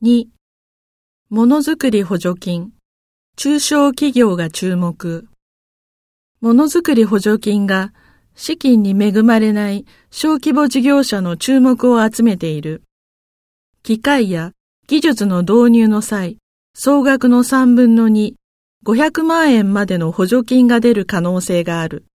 2、ものづくり補助金。中小企業が注目。ものづくり補助金が資金に恵まれない小規模事業者の注目を集めている。機械や技術の導入の際、総額の3分の2、500万円までの補助金が出る可能性がある。